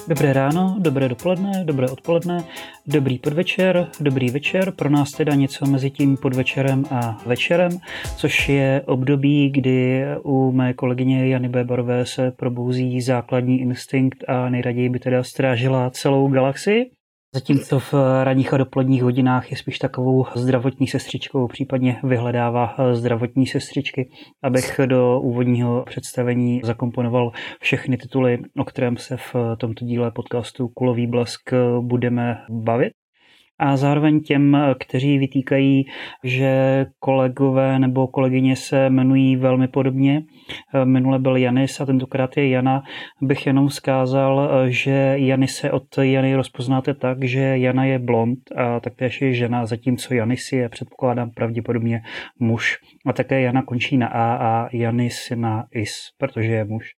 Dobré ráno, dobré dopoledne, dobré odpoledne, dobrý podvečer, dobrý večer, pro nás teda něco mezi tím podvečerem a večerem, což je období, kdy u mé kolegyně Jany Bébarové se probouzí základní instinkt a nejraději by teda strážila celou galaxii. Zatímco v ranních a dopoledních hodinách je spíš takovou zdravotní sestřičkou, případně vyhledává zdravotní sestřičky, abych do úvodního představení zakomponoval všechny tituly, o kterém se v tomto díle podcastu Kulový blesk budeme bavit. A zároveň těm, kteří vytýkají, že kolegové nebo kolegyně se jmenují velmi podobně. Minule byl Janis a tentokrát je Jana. Bych jenom vzkázal, že Janise od Jany rozpoznáte tak, že Jana je blond a taktéž je žena, zatímco Janis je, předpokládám, pravděpodobně muž. A také Jana končí na a Janis na is, protože je muž.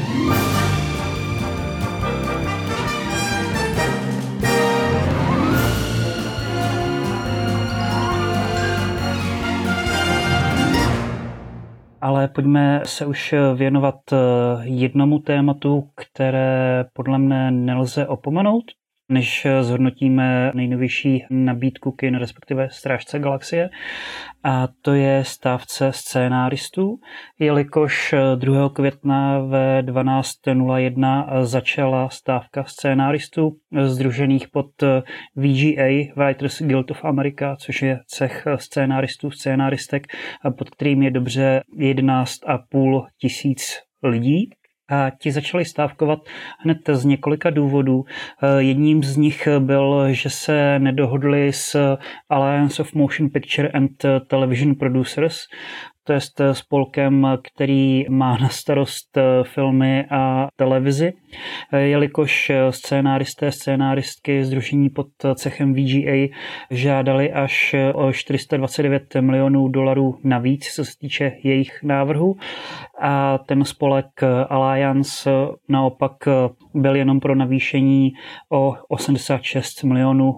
Ale pojďme se už věnovat jednomu tématu, které podle mne nelze opomenout, než zhodnotíme nejnovější nabídku kin, respektive Strážce galaxie, a to je stávce scénáristů, jelikož 2. května ve 12:01 začala stávka scénáristů sdružených pod VGA, Writers Guild of America, což je cech scénáristů, scénáristek, pod kterým je dobře 11,5 tisíc lidí. A ti začali stávkovat hned z několika důvodů. Jedním z nich byl, že se nedohodli s Alliance of Motion Picture and Television Producers, to je spolkem, který má na starost filmy a televizi, jelikož scénáristky sdružení pod cechem VGA žádali až o $429 milionů navíc, co se týče jejich návrhu, a ten spolek Alliance naopak byl jenom pro navýšení o $86 milionů,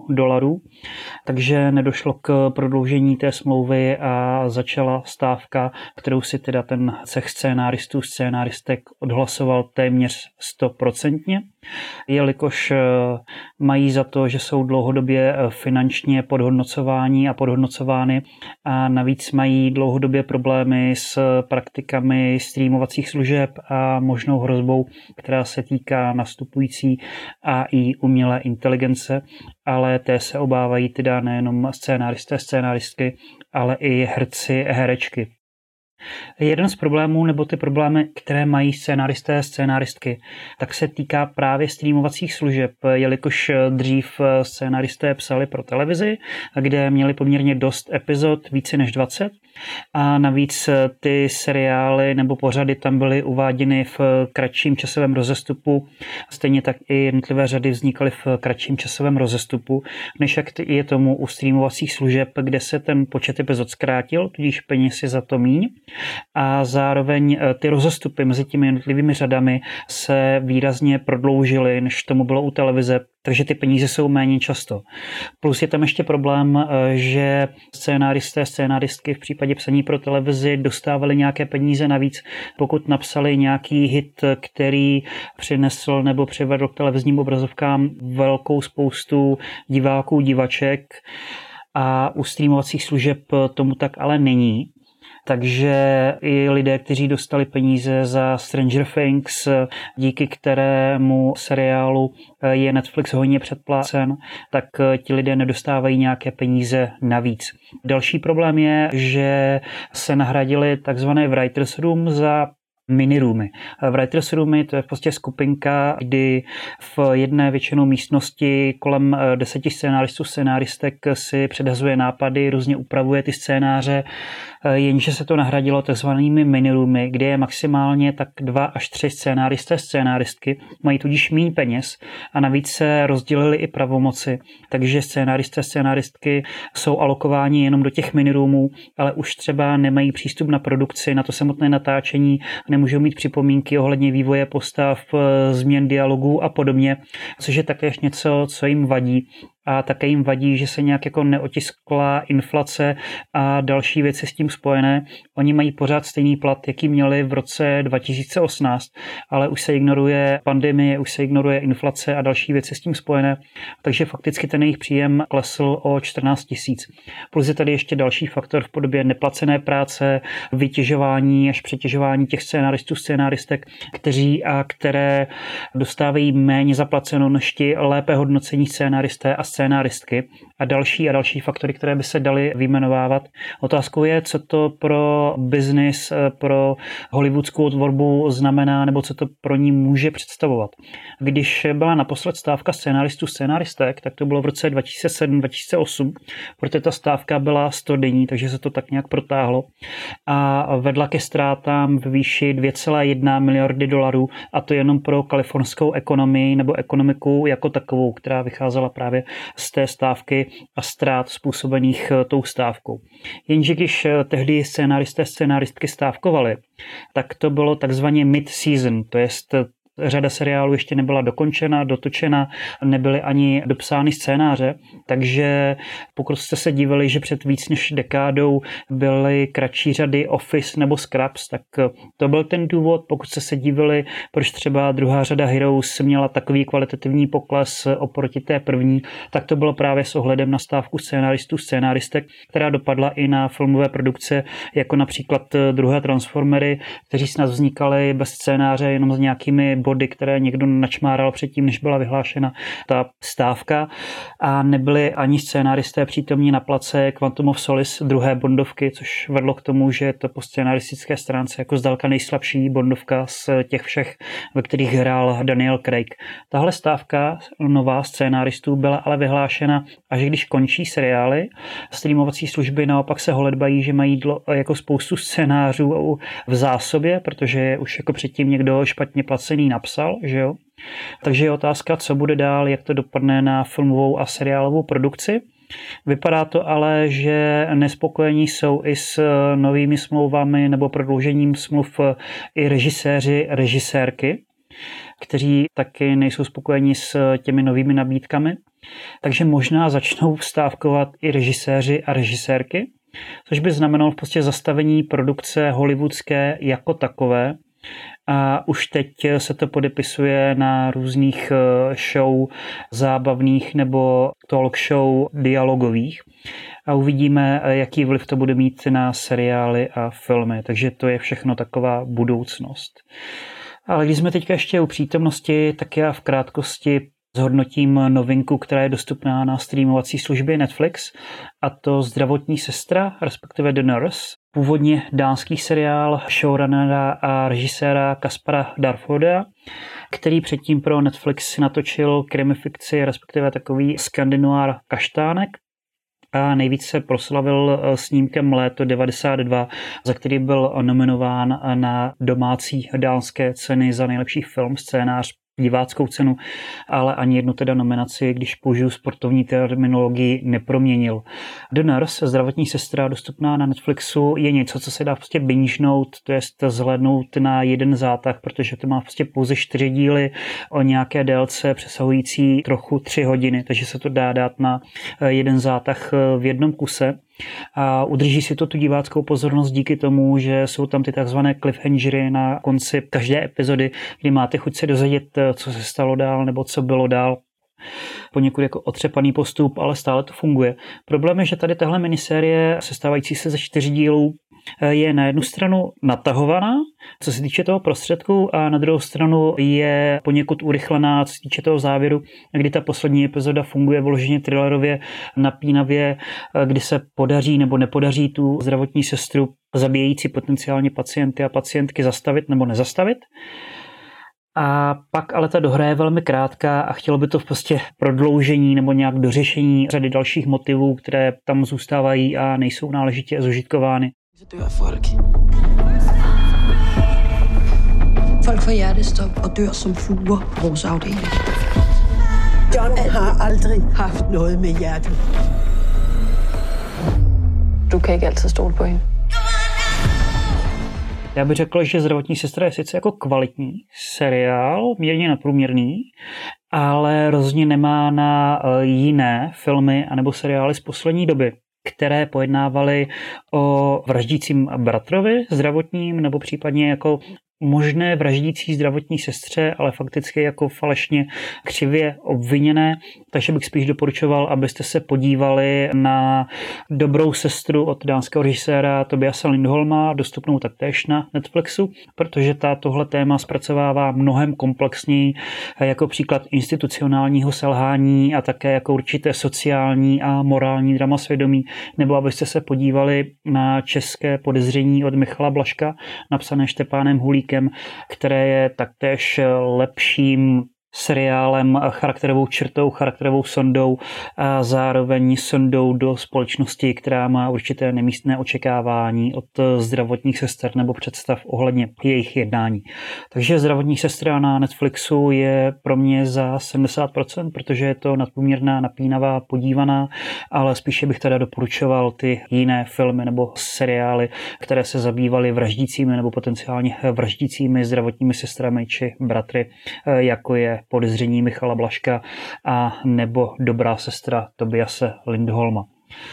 takže nedošlo k prodloužení té smlouvy a začala stávka, kterou si teda ten cech scénáristů, scénáristek odhlasoval téměř 100%, jelikož mají za to, že jsou dlouhodobě finančně podhodnocováni a podhodnocovány a navíc mají dlouhodobě problémy s praktikami streamovacích služeb a možnou hrozbou, která se týká nastupující AI umělé inteligence, ale té se obávají teda nejenom scénáristé, scénáristky, ale i herci, herečky. Jeden z problémů, nebo ty problémy, které mají scénáristé, scénáristky, tak se týká právě streamovacích služeb, jelikož dřív scénáristé psali pro televizi, kde měli poměrně dost epizod, více než 20, a navíc ty seriály nebo pořady tam byly uváděny v kratším časovém rozestupu, stejně tak i jednotlivé řady vznikaly v kratším časovém rozestupu, než jak je tomu u streamovacích služeb, kde se ten počet epizod zkrátil, tudíž peněz je za to míň. A zároveň ty rozestupy mezi těmi jednotlivými řadami se výrazně prodloužily, než tomu bylo u televize, takže ty peníze jsou méně často. Plus je tam ještě problém, že scénáristé, scénáristky v případě psaní pro televizi dostávali nějaké peníze navíc, pokud napsali nějaký hit, který přinesl nebo přivedl k televizním obrazovkám velkou spoustu diváků, divaček, a u streamovacích služeb tomu tak ale není. Takže i lidé, kteří dostali peníze za Stranger Things, díky kterému seriálu je Netflix hojně předplácen, tak ti lidé nedostávají nějaké peníze navíc. Další problém je, že se nahradili takzvané Writers Room za miniroomy. Writers Roomy, to je prostě skupinka, kdy v jedné většinou místnosti kolem 10 scénáristů, scénáristek si předhazuje nápady, různě upravuje ty scénáře, jenže se to nahradilo takzvanými miniroomy, kde je maximálně tak 2 až 3 scénáristé, scénáristky, mají tudíž méně peněz a navíc se rozdělili i pravomoci, takže scénáristé, scénáristky jsou alokováni jenom do těch miniroomů, ale už třeba nemají přístup na produkci, na to samotné natáčení, nemůžou mít připomínky ohledně vývoje postav, změn dialogů a podobně, což je také něco, co jim vadí. a také jim vadí, že se nějak jako neotiskla inflace a další věci s tím spojené. Oni mají pořád stejný plat, jaký měli v roce 2018, ale už se ignoruje pandemie, už se ignoruje inflace a další věci s tím spojené, takže fakticky ten jejich příjem klesl o 14 000. Plus je tady ještě další faktor v podobě neplacené práce, vytěžování až přetěžování těch scénáristů, scénáristek, kteří a které dostávají méně zaplaceno než ti lépe hodnocení scénáristé a scénáristky a další faktory, které by se daly vyjmenovávat. Otázkou je, co to pro biznis, pro hollywoodskou tvorbu znamená, nebo co to pro ní může představovat. Když byla naposled stávka scénáristů, scénáristek, tak to bylo v roce 2007-2008, protože ta stávka byla 100denní, takže se to tak nějak protáhlo a vedla ke ztrátám v výši 2,1 miliardy dolarů, a to jenom pro kalifornskou ekonomii nebo ekonomiku jako takovou, která vycházela právě z té stávky a ztrát způsobených tou stávkou. Jenže když tehdy scénáristé, scénáristky stávkovali, tak to bylo takzvaně mid-season, to jest řada seriálů ještě nebyla dokončena, dotočena, nebyly ani dopsány scénáře, takže pokud jste se divili, že před víc než dekádou byly kratší řady Office nebo Scrubs, tak to byl ten důvod. Pokud jste se divili, proč třeba druhá řada Heroes měla takový kvalitativní pokles oproti té první, tak to bylo právě s ohledem na stávku scénáristů, scénáristek, která dopadla i na filmové produkce, jako například druhé Transformery, kteří snad vznikaly bez scénáře, jenom s nějakými body, které někdo načmáral předtím, než byla vyhlášena ta stávka, a nebyli ani scénáristé přítomní na place Quantum of Solace, druhé Bondovky, což vedlo k tomu, že je to po scénaristické stránce jako zdaleka nejslabší Bondovka z těch všech, ve kterých hrál Daniel Craig. Tahle stávka nová scénáristů byla ale vyhlášena, až když končí seriály. Streamovací služby naopak se holedbají, že mají jako spoustu scénářů v zásobě, protože je už jako předtím někdo špatně placený napsal, že jo? Takže je otázka, co bude dál, jak to dopadne na filmovou a seriálovou produkci. Vypadá to ale, že nespokojení jsou i s novými smlouvami nebo prodloužením smluv i režiséři, režisérky, kteří taky nejsou spokojeni s těmi novými nabídkami. Takže možná začnou stávkovat i režiséři a režisérky, což by znamenalo v podstatě zastavení produkce hollywoodské jako takové. A už teď se to podepisuje na různých show zábavných nebo talk show dialogových. A uvidíme, jaký vliv to bude mít na seriály a filmy. Takže to je všechno taková budoucnost. Ale když jsme teďka ještě u přítomnosti, tak já v krátkosti zhodnotím novinku, která je dostupná na streamovací službě Netflix, a to Zdravotní sestra, respektive The Nurse. Původně dánský seriál showrunnera a režiséra Kaspara Darforda, který předtím pro Netflix natočil krimifikci, respektive takový skandinoir Kaštánek, a nejvíc se proslavil snímkem Léto 92, za který byl nominován na domácí dánské ceny za nejlepší film, scénář, diváckou cenu, ale ani jednu teda nominaci, když použiju sportovní terminologii, neproměnil. The Nurse, zdravotní sestra, dostupná na Netflixu, je něco, co se dá prostě bingenout, to jest zhlédnout na jeden zátah, protože to má prostě pouze 4 díly o nějaké délce přesahující trochu 3 hodiny, takže se to dá dát na jeden zátah v jednom kuse. A udrží si to tu diváckou pozornost díky tomu, že jsou tam ty takzvané cliffhangery na konci každé epizody, kdy máte chuť se dozvědět, co se stalo dál nebo co bylo dál. Poněkud jako otřepaný postup, ale stále to funguje. Problém je, že tady tahle minisérie, sestávající se ze 4 dílů, je na jednu stranu natahovaná, co se týče toho prostředku, a na druhou stranu je poněkud urychlená, co se týče toho závěru, kdy ta poslední epizoda funguje vyloženě thrillerově, napínavě, kdy se podaří nebo nepodaří tu zdravotní sestru zabíjející potenciálně pacienty a pacientky zastavit nebo nezastavit. A pak ale ta dohra je velmi krátká a chtělo by to v prostě prodloužení nebo nějak dořešení řady dalších motivů, které tam zůstávají a nejsou náležitě zužitkovány. Folk får hjertestop og dør som fluer på vores afdeling. John har aldrig haft noget med hjertet. Du kan ikke altid stole på hende. Já bych řekl, že Zdravotní sestra je sice jako kvalitní seriál, mírně nadprůměrný, ale rozhodně nemá na jiné filmy anebo seriály z poslední doby, které pojednávaly o vraždícím bratrovi zdravotním nebo případně jako možné vraždící zdravotní sestře, ale fakticky jako falešně křivě obviněné. Takže bych spíš doporučoval, abyste se podívali na Dobrou sestru od dánského režiséra Tobiase Lindholma, dostupnou taktéž na Netflixu, protože tohle téma zpracovává mnohem komplexněji jako příklad institucionálního selhání a také jako určité sociální a morální drama svědomí, nebo abyste se podívali na České podezření od Michala Blažka, napsané Štěpánem Hulíkem, které je taktéž lepším seriálem, charakterovou črtou, charakterovou sondou a zároveň sondou do společnosti, která má určité nemístné očekávání od zdravotních sester nebo představ ohledně jejich jednání. Takže Zdravotní sestra na Netflixu je pro mě za 70%, protože je to nadprůměrná, napínavá, podívaná, ale spíše bych teda doporučoval ty jiné filmy nebo seriály, které se zabývaly vraždícími nebo potenciálně vraždícími zdravotními sestrami či bratry, jako je Podezření Michala Blažka a nebo Dobrá sestra Tobiase Lindholma.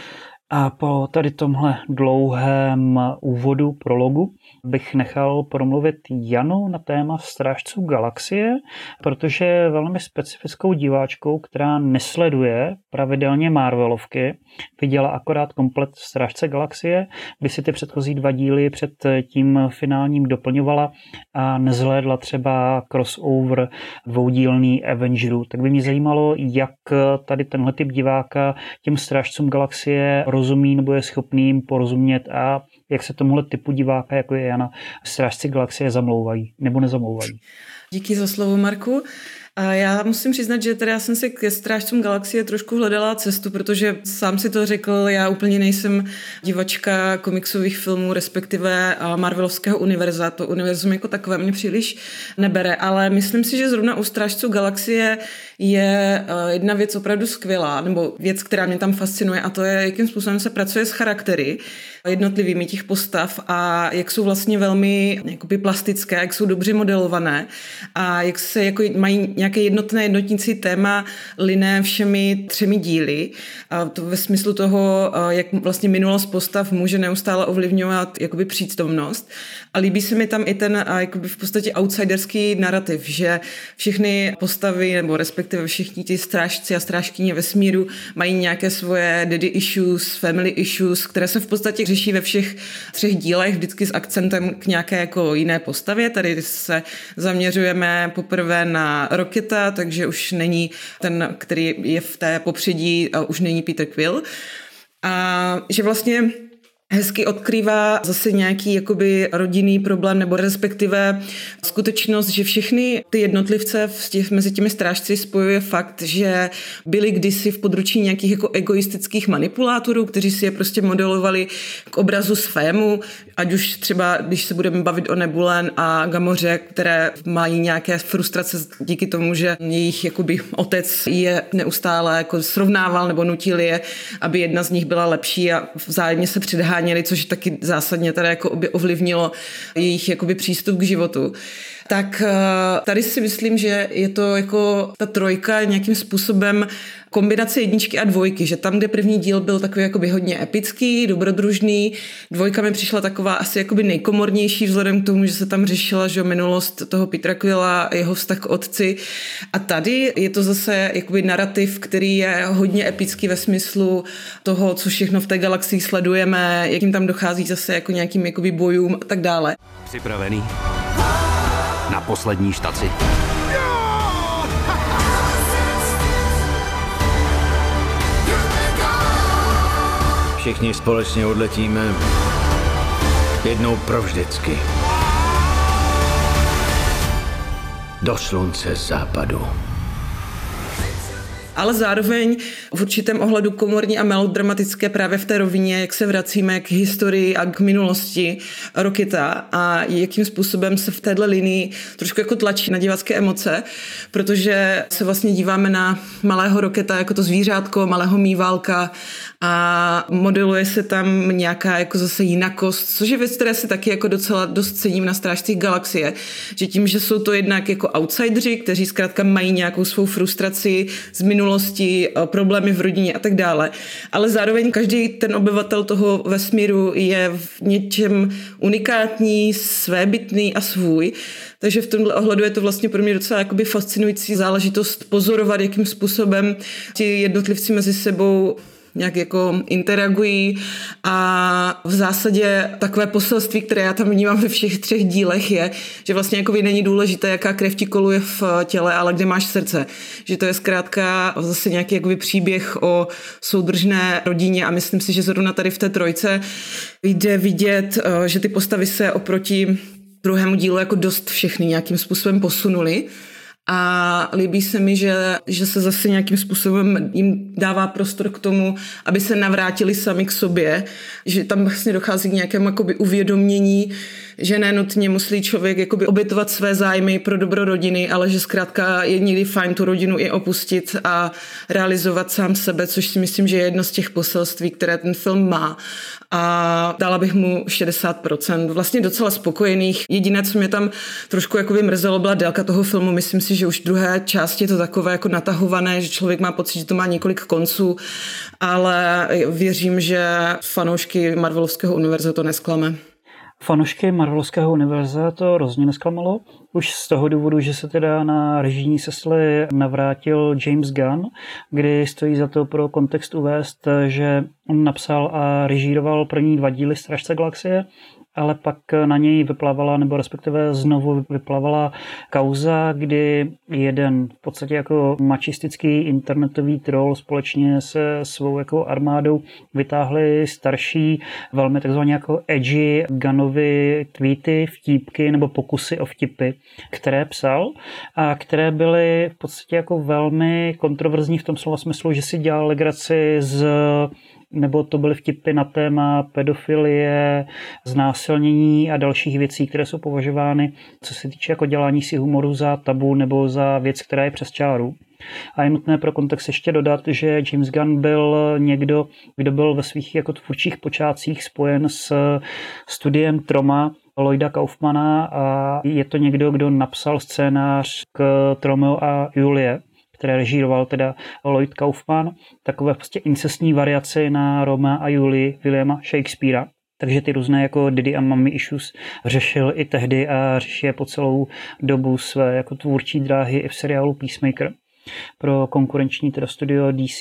A po tady tomhle dlouhém úvodu, prologu, bych nechal promluvit Janu na téma Strážců galaxie, protože je velmi specifickou diváčkou, která nesleduje pravidelně Marvelovky, viděla akorát komplet Strážce galaxie, kdy si ty předchozí 2 díly před tím finálním doplňovala a nezhlédla třeba crossover 2dílný Avengerů. Tak by mě zajímalo, jak tady tenhle typ diváka těm Strážcům galaxie rozumí nebo je schopný porozumět a jak se tomuhle typu diváka, jako je Jana, Strážci galaxie zamlouvají nebo nezamlouvají. Díky za slovo, Marku. A já musím přiznat, že teda já jsem si ke Strážcům galaxie trošku hledala cestu, protože sám si to řekl, já úplně nejsem divačka komiksových filmů, respektive Marvelovského univerza. To univerzum jako takové mě příliš nebere, ale myslím si, že zrovna u Strážců galaxie je jedna věc opravdu skvělá, nebo věc, která mě tam fascinuje, a to je, jakým způsobem se pracuje s charaktery jednotlivými těch postav a jak jsou vlastně velmi jakoby plastické, jak jsou dobře modelované a jak se jako mají nějaké jednotící téma liné všemi 3 díly. A to ve smyslu toho, jak vlastně minulost postav může neustále ovlivňovat jakoby přítomnost. A líbí se mi tam i ten jakoby v podstatě outsiderský narrativ, že všechny postavy, nebo respektive všichni ti strážci a strážkyně vesmíru mají nějaké svoje daddy issues, family issues, které se v podstatě řeší ve všech 3 dílech, vždycky s akcentem k nějaké jako jiné postavě. Tady se zaměřujeme poprvé na Rocketa, takže už není ten, který je v té popředí, už není Peter Quill. A že vlastně hezky odkrývá zase nějaký jakoby rodinný problém, nebo respektive skutečnost, že všechny ty jednotlivce mezi těmi strážci spojuje fakt, že byli kdysi v područí nějakých jako egoistických manipulátorů, kteří si je prostě modelovali k obrazu svému, ať už třeba, když se budeme bavit o Nebulen a Gamoře, které mají nějaké frustrace díky tomu, že jejich jakoby otec je neustále jako srovnával nebo nutil je, aby jedna z nich byla lepší a vzájemně se předháněli, což taky zásadně tady jako ovlivnilo jejich jakoby přístup k životu. Tak tady si myslím, že je to jako ta trojka nějakým způsobem kombinace 1 a 2, že tam, kde první díl byl takový jakoby hodně epický, dobrodružný, 2 mi přišla taková asi jakoby nejkomornější vzhledem k tomu, že se tam řešila, že minulost toho Petera Quilla a jeho vztah k otci. A tady je to zase jakoby narrativ, který je hodně epický ve smyslu toho, co všechno v té galaxii sledujeme, jakým tam dochází zase jako nějakým jakoby bojům a tak dále. Připravený na poslední štaci. Všichni společně odletíme jednou provždycky do slunce západu. ale zároveň v určitém ohledu komorní a melodramatické právě v té rovině, jak se vracíme k historii a k minulosti Rocketa a jakým způsobem se v téhle linii trošku jako tlačí na divácké emoce, protože se vlastně díváme na malého Rocketa jako to zvířátko, malého míválka a modeluje se tam nějaká jako zase jinakost, což je věc, které si taky jako docela dost cením na Strážcích galaxie, že tím, že jsou to jednak jako outsideri, kteří zkrátka mají nějakou svou frustraci z minulosti, problémy v rodině a tak dále, ale zároveň každý ten obyvatel toho vesmíru je v něčem unikátní, svébytný a svůj. Takže v tomhle ohledu je to vlastně pro mě docela jakoby fascinující záležitost pozorovat, jakým způsobem ti jednotlivci mezi sebou nějak jako interagují a v zásadě takové poselství, které já tam vnímám ve všech 3 dílech je, že vlastně jakoby není důležité, jaká krev ti koluje v těle, ale kde máš srdce. Že to je zkrátka zase nějaký jakoby příběh o soudržné rodině a myslím si, že zrovna tady v té 3 jde vidět, že ty postavy se oproti druhému dílu jako dost všechny nějakým způsobem posunuli. A líbí se mi, že se zase nějakým způsobem jim dává prostor k tomu, aby se navrátili sami k sobě, že tam vlastně dochází k nějakému jakoby uvědomění, že nenutně musí člověk jakoby obětovat své zájmy pro dobro rodiny, ale že zkrátka je někdy fajn tu rodinu i opustit a realizovat sám sebe, což si myslím, že je jedno z těch poselství, které ten film má. A dala bych mu 60%. Vlastně docela spokojených. Jediné, co mě tam trošku jakoby mrzelo, byla délka toho filmu. Myslím si, že už v druhé části je to takové jako natahované, že člověk má pocit, že to má několik konců, ale věřím, že fanoušky Marvelovského univerza to nesklame. Fanoušky Marvelovského univerza to rozhodně nesklamalo. Už z toho důvodu, že se teda na režijní sesli navrátil James Gunn, kdy stojí za to pro kontext uvést, že on napsal a režíroval první 2 díly Strážce galaxie, ale pak na něj vyplavala, nebo respektive znovu vyplavala kauza, kdy jeden v podstatě jako mačistický internetový troll společně se svou jako armádou vytáhli starší, velmi takzvaně jako edgy Gunnovy tweety, vtípky nebo pokusy o vtipy, které psal a které byly v podstatě jako velmi kontroverzní v tom slova smyslu, že si dělal legraci nebo to byly vtipy na téma pedofilie, znásilnění a dalších věcí, které jsou považovány, co se týče jako dělání si humoru za tabu nebo za věc, která je přes čáru. A je nutné pro kontext ještě dodat, že James Gunn byl někdo, kdo byl ve svých jako tvůrčích počátcích spojen s studiem Troma Lloyda Kaufmana a je to někdo, kdo napsal scénář k Romeo a Julie, které režíroval teda Lloyd Kaufman, takové prostě incestní variaci na Romea a Julii Williama Shakespearea. Takže ty různé jako Diddy a Mommy issues řešil i tehdy a řeší je po celou dobu své jako tvůrčí dráhy i v seriálu Peacemaker pro konkurenční teda studio DC.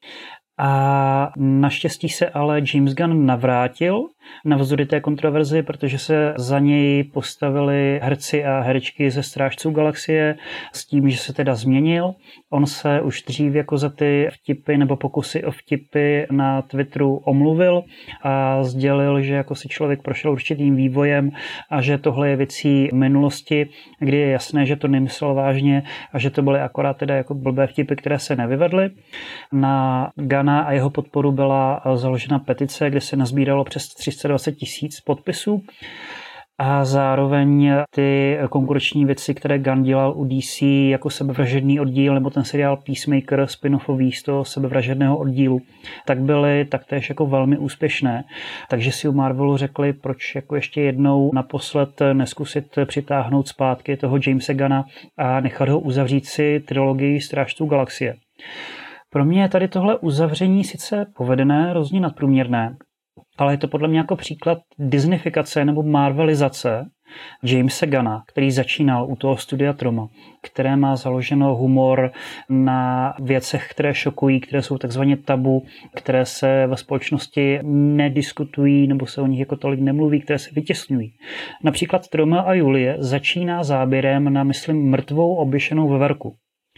A naštěstí se ale James Gunn navrátil navzdory té kontroverzi, protože se za něj postavili herci a herečky ze Strážců galaxie s tím, že se teda změnil. On se už dřív jako za ty vtipy nebo pokusy o vtipy na Twitteru omluvil a sdělil, že jako si člověk prošel určitým vývojem a že tohle je věcí minulosti, kdy je jasné, že to nemyslel vážně a že to byly akorát teda jako blbé vtipy, které se nevyvedly. Na Gunna a jeho podporu byla založena petice, kde se nazbíralo přes 320 000 podpisů a zároveň ty konkurenční věci, které Gunn dělal u DC jako sebevražedný oddíl nebo ten seriál Peacemaker spin-offový z toho sebevražedného oddílu, tak byly taktéž jako velmi úspěšné. Takže si u Marvelu řekli, proč jako ještě jednou naposled neskusit přitáhnout zpátky toho Jamesa Gunna a nechat ho uzavřít si trilogii Strážců galaxie. Pro mě je tady tohle uzavření sice povedené, hrozně nadprůměrné, ale je to podle mě jako příklad disneyfikace nebo marvelizace Jamesa Gunna, který začínal u toho studia Troma, které má založeno humor na věcech, které šokují, které jsou takzvaně tabu, které se ve společnosti nediskutují nebo se o nich jako tolik nemluví, které se vytěsňují. Například Romeo a Julie začíná záběrem na, myslím, mrtvou oběšenou veverku.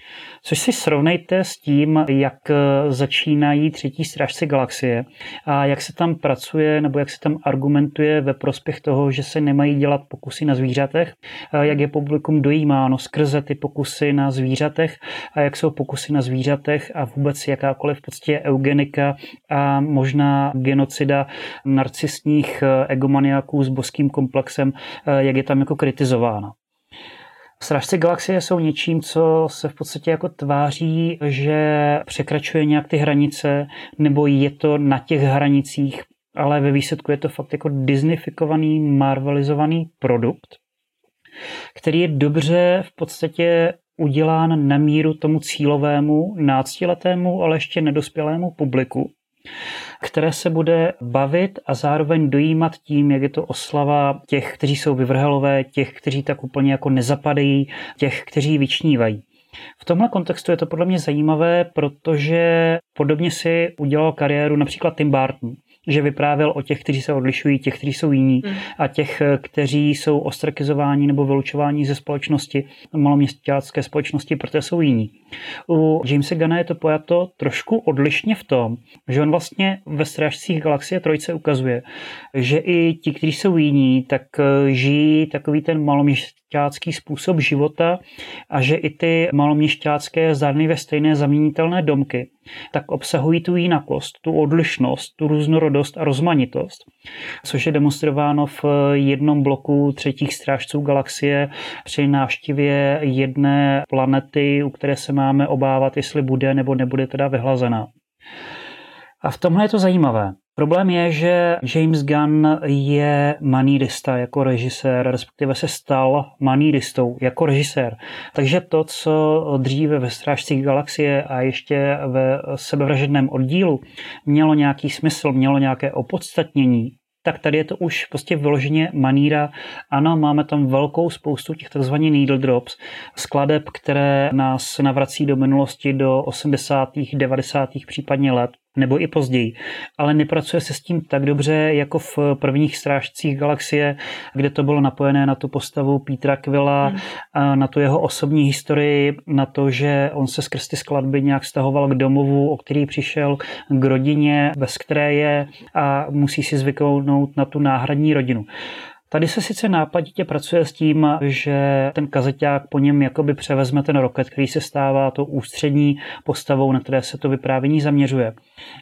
Což si srovnejte s tím, jak začínají Třetí strážci galaxie a jak se tam pracuje nebo jak se tam argumentuje ve prospěch toho, že se nemají dělat pokusy na zvířatech, jak je publikum dojímáno skrze ty pokusy na zvířatech a jak jsou pokusy na zvířatech a vůbec jakákoliv v podstatě eugenika a možná genocida narcistních egomaniaků s božským komplexem, jak je tam jako kritizována. Strážci galaxie jsou něčím, co se v podstatě jako tváří, že překračuje nějak ty hranice, nebo je to na těch hranicích, ale ve výsledku je to fakt jako disneyfikovaný, marvelizovaný produkt, který je dobře v podstatě udělán na míru tomu cílovému, náctiletému, ale ještě nedospělému publiku, které se bude bavit a zároveň dojímat tím, jak je to oslava těch, kteří jsou vyvrhelové, těch, kteří tak úplně jako nezapadají, těch, kteří vyčnívají. V tomhle kontextu je to podle mě zajímavé, protože podobně si udělal kariéru například Tim Burton, že vyprávěl o těch, kteří se odlišují, těch, kteří jsou jiní a těch, kteří jsou ostrakizováni nebo vylučováni ze společnosti, maloměstácké společnosti, protože jsou jiní. U Jamesa Gunna je to pojato trošku odlišně v tom, že on vlastně ve Strážcích galaxie trojce ukazuje, že i ti, kteří jsou jiní, tak žijí takový ten maloměšťácký způsob života a že i ty maloměšťácké zdánlivě stejné zaměnitelné domky tak obsahují tu jinakost, tu odlišnost, tu různorodost a rozmanitost, což je demonstrováno v jednom bloku Třetích strážců galaxie při návštěvě jedné planety, u které se máme obávat, jestli bude nebo nebude teda vyhlazená. A v tomhle je to zajímavé. Problém je, že James Gunn je manýrista jako režisér, respektive se stal manýristou jako režisér. Takže to, co dříve ve Strážcích galaxie a ještě ve Sebevražedném oddílu mělo nějaký smysl, mělo nějaké opodstatnění, tak tady je to už prostě vyloženě maníra. Ano, máme tam velkou spoustu těch takzvaných needle drops, skladeb, které nás navrací do minulosti, do 80., 90. případně let, nebo i později. Ale nepracuje se s tím tak dobře, jako v prvních Strážcích galaxie, kde to bylo napojené na tu postavu Petera Quilla, na tu jeho osobní historii, na to, že on se skrz ty skladby nějak stahoval k domovu, o který přišel, k rodině, bez které je a musí si zvyknout na tu náhradní rodinu. Tady se sice nápaditě pracuje s tím, že ten kazeťák po něm jakoby převezme ten roket, který se stává tou ústřední postavou, na které se to vyprávění zaměřuje.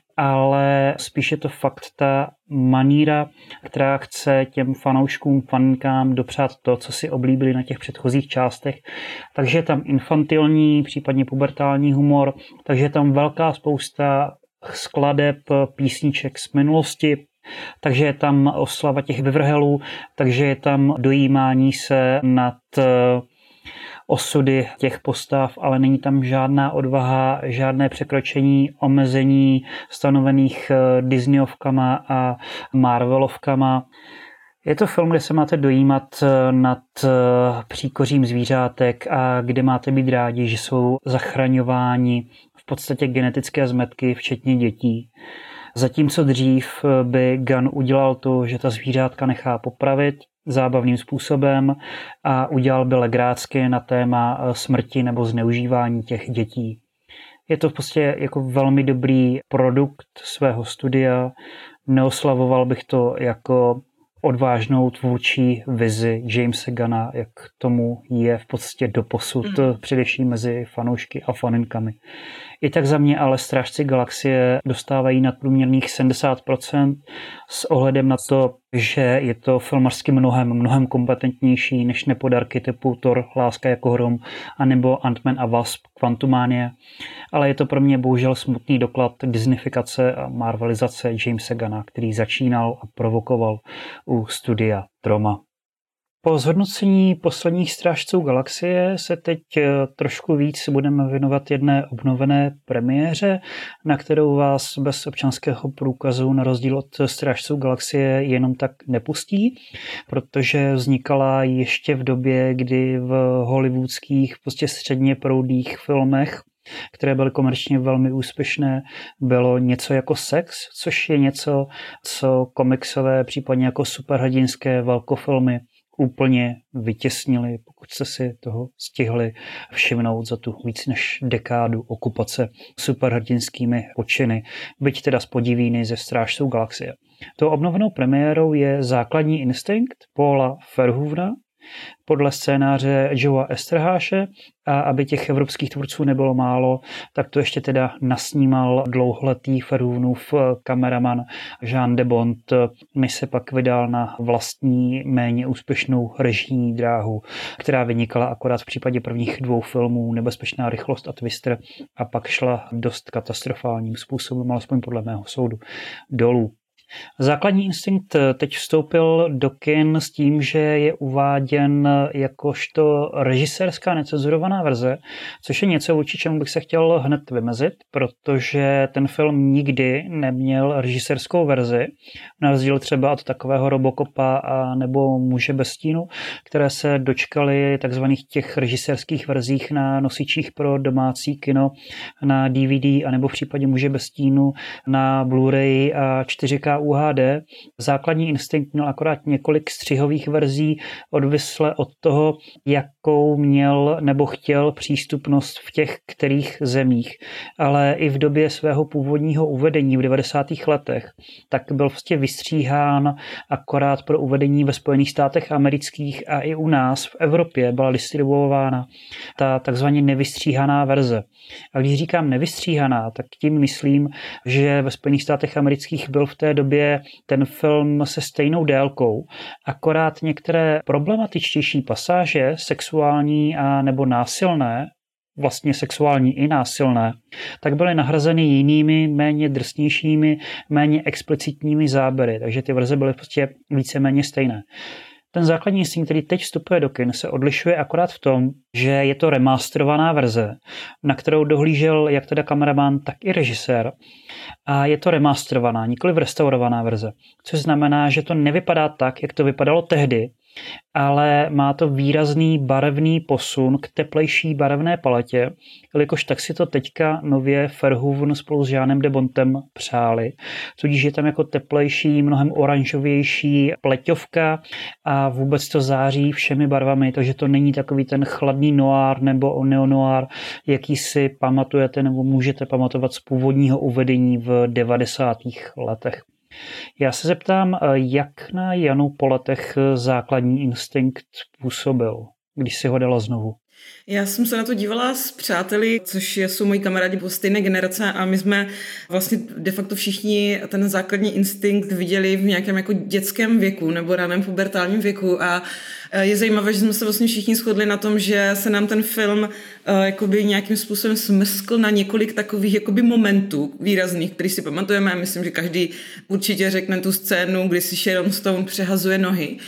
Ale spíš je to fakt ta maníra, která chce těm fanouškům, fankám dopřát to, co si oblíbili na těch předchozích částech. Takže je tam infantilní, případně pubertální humor, takže je tam velká spousta skladeb, písniček z minulosti, takže je tam oslava těch vyvrhelů, takže je tam dojímání se nad osudy těch postav, ale není tam žádná odvaha, žádné překročení omezení stanovených Disneyovkama a Marvelovkama. Je to film, kde se máte dojímat nad příkořím zvířátek a kde máte být rádi, že jsou zachraňováni v podstatě genetické zmetky, včetně dětí. Zatímco dřív by Gunn udělal to, že ta zvířátka nechá popravit zábavným způsobem a udělal by legrácky na téma smrti nebo zneužívání těch dětí. Je to v podstatě jako velmi dobrý produkt svého studia. Neoslavoval bych to jako odvážnou tvůrčí vizi Jamesa Gunna, jak tomu je v podstatě doposud, především mezi fanoušky a faninkami. I tak za mě ale Strážci galaxie dostávají nadprůměrných 70% s ohledem na to, že je to filmařsky mnohem kompetentnější než nepodarky typu Thor, Láska jako hrom, anebo Ant-Man a Wasp, Quantumania. Ale je to pro mě bohužel smutný doklad disneyfikace a marvelizace Jamesa Gunna, který začínal a provokoval u studia Troma. Po zhodnocení posledních Strážců galaxie se teď trošku víc budeme věnovat jedné obnovené premiéře, na kterou vás bez občanského průkazu na rozdíl od Strážců galaxie jenom tak nepustí, protože vznikala ještě v době, kdy v hollywoodských prostě středně proudých filmech, které byly komerčně velmi úspěšné, bylo něco jako sex, což je něco, co komiksové, případně jako superhrdinské velkofilmy úplně vytěsnili, pokud jste si toho stihli všimnout za tu víc než dekádu okupace superhrdinskými počiny, byť teda z podivíny ze Strážců galaxie. Tou obnovenou premiérou je Základní instinkt Paula Verhoevena podle scénáře Joea Esterháše, a aby těch evropských tvůrců nebylo málo, tak to ještě teda nasnímal dlouholetý Verhoevenův kameraman Jean de Bont, než se pak vydal na vlastní méně úspěšnou režijní dráhu, která vynikala akorát v případě prvních 2 filmů Nebezpečná rychlost a Twister a pak šla dost katastrofálním způsobem, alespoň podle mého soudu, dolů. Základní instinkt teď vstoupil do kin s tím, že je uváděn jakožto režisérská necenzurovaná verze, což je něco, vůči čemu bych se chtěl hned vymezit, protože ten film nikdy neměl režisérskou verzi, na rozdíl třeba od takového Robocopa a nebo Muže bez stínu, které se dočkaly takzvaných těch režisérských verzích na nosičích pro domácí kino, na DVD a nebo v případě Muže bez stínu na Blu-ray a 4K UHD. Základní instinkt měl akorát několik střihových verzí, odvisle od toho, jakou měl nebo chtěl přístupnost v těch kterých zemích. Ale i v době svého původního uvedení v 90. letech, tak byl vlastně vystříhán akorát pro uvedení ve Spojených státech amerických a i u nás v Evropě byla distribuována ta takzvaně nevystříhaná verze. A když říkám nevystříhaná, tak tím myslím, že ve Spojených státech amerických byl v té době ten film se stejnou délkou, akorát některé problematičtější pasáže, sexuální a nebo násilné, vlastně sexuální i násilné, tak byly nahrazeny jinými, méně drsnějšími, méně explicitními záběry, takže ty verze byly prostě víceméně stejné. Ten základní instinkt, který teď vstupuje do kin, se odlišuje akorát v tom, že je to remasterovaná verze, na kterou dohlížel jak teda kameraman, tak i režisér. A je to remasterovaná, nikoliv restaurovaná verze. Což znamená, že to nevypadá tak, jak to vypadalo tehdy, ale má to výrazný barevný posun k teplejší barevné paletě, jelikož tak si to teďka nově Verhoeven spolu s Jeanem de Bontem přáli. Tudíž je tam jako teplejší, mnohem oranžovější pleťovka a vůbec to září všemi barvami, takže to není takový ten chladný noir nebo neonoir, jaký si pamatujete nebo můžete pamatovat z původního uvedení v 90. letech. Já se zeptám, jak na Janu po letech Základní instinkt působil, když si ho dala znovu? Já jsem se na to dívala s přáteli, což jsou moji kamarádi po stejné generace a my jsme vlastně de facto všichni ten Základní instinkt viděli v nějakém jako dětském věku nebo raném pubertálním věku a je zajímavé, že jsme se vlastně všichni shodli na tom, že se nám ten film jakoby nějakým způsobem smrskl na několik takových jakoby momentů výrazných, který si pamatujeme. Myslím, že každý určitě řekne tu scénu, kdy si Sharon Stone přehazuje nohy.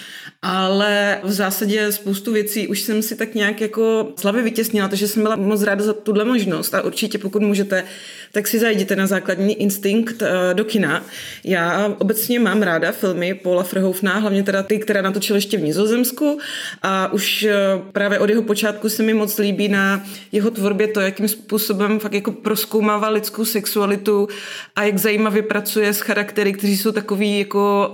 Ale v zásadě spoustu věcí už jsem si tak nějak jako slavě vytěsnila, takže jsem byla moc ráda za tuhle možnost a určitě pokud můžete, tak si zajděte na Základní instinkt do kina. Já obecně mám ráda filmy Paula Verhoevena, hlavně teda ty, které natočil ještě v Nizozemsku a už právě od jeho počátku se mi moc líbí na jeho tvorbě to, jakým způsobem fakt jako prozkoumává lidskou sexualitu a jak zajímavě pracuje s charaktery, kteří jsou takový jako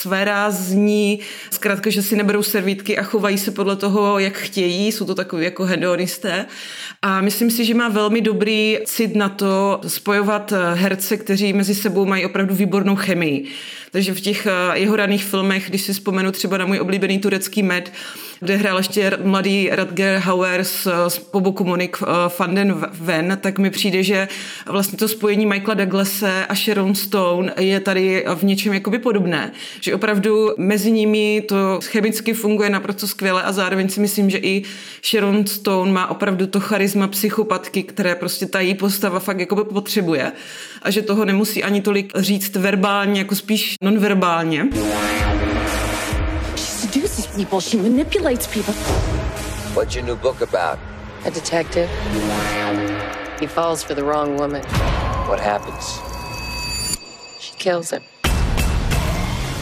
svérázní, zkrátka, že si neberou servítky a chovají se podle toho, jak chtějí, jsou to takový jako hedonisté a myslím si, že má velmi dobrý cit na to spojovat herce, kteří mezi sebou mají opravdu výbornou chemii. Takže v těch jeho raných filmech, když si vzpomenu třeba na můj oblíbený Turecký med, kde hrál ještě mladý Rutger Hauer s po boku Monique van den Ven, tak mi přijde, že vlastně to spojení Michaela Douglase a Sharon Stone je tady v něčem jakoby podobné. Že opravdu mezi nimi to chemicky funguje naprosto skvěle a zároveň si myslím, že i Sharon Stone má opravdu to charisma psychopatky, které prostě ta její postava fakt jakoby potřebuje a že toho nemusí ani tolik říct verbálně, jako spíš nonverbálně. Seduces people, she manipulates people. What's your new book about? A detective. He falls for the wrong woman. What happens? She kills him.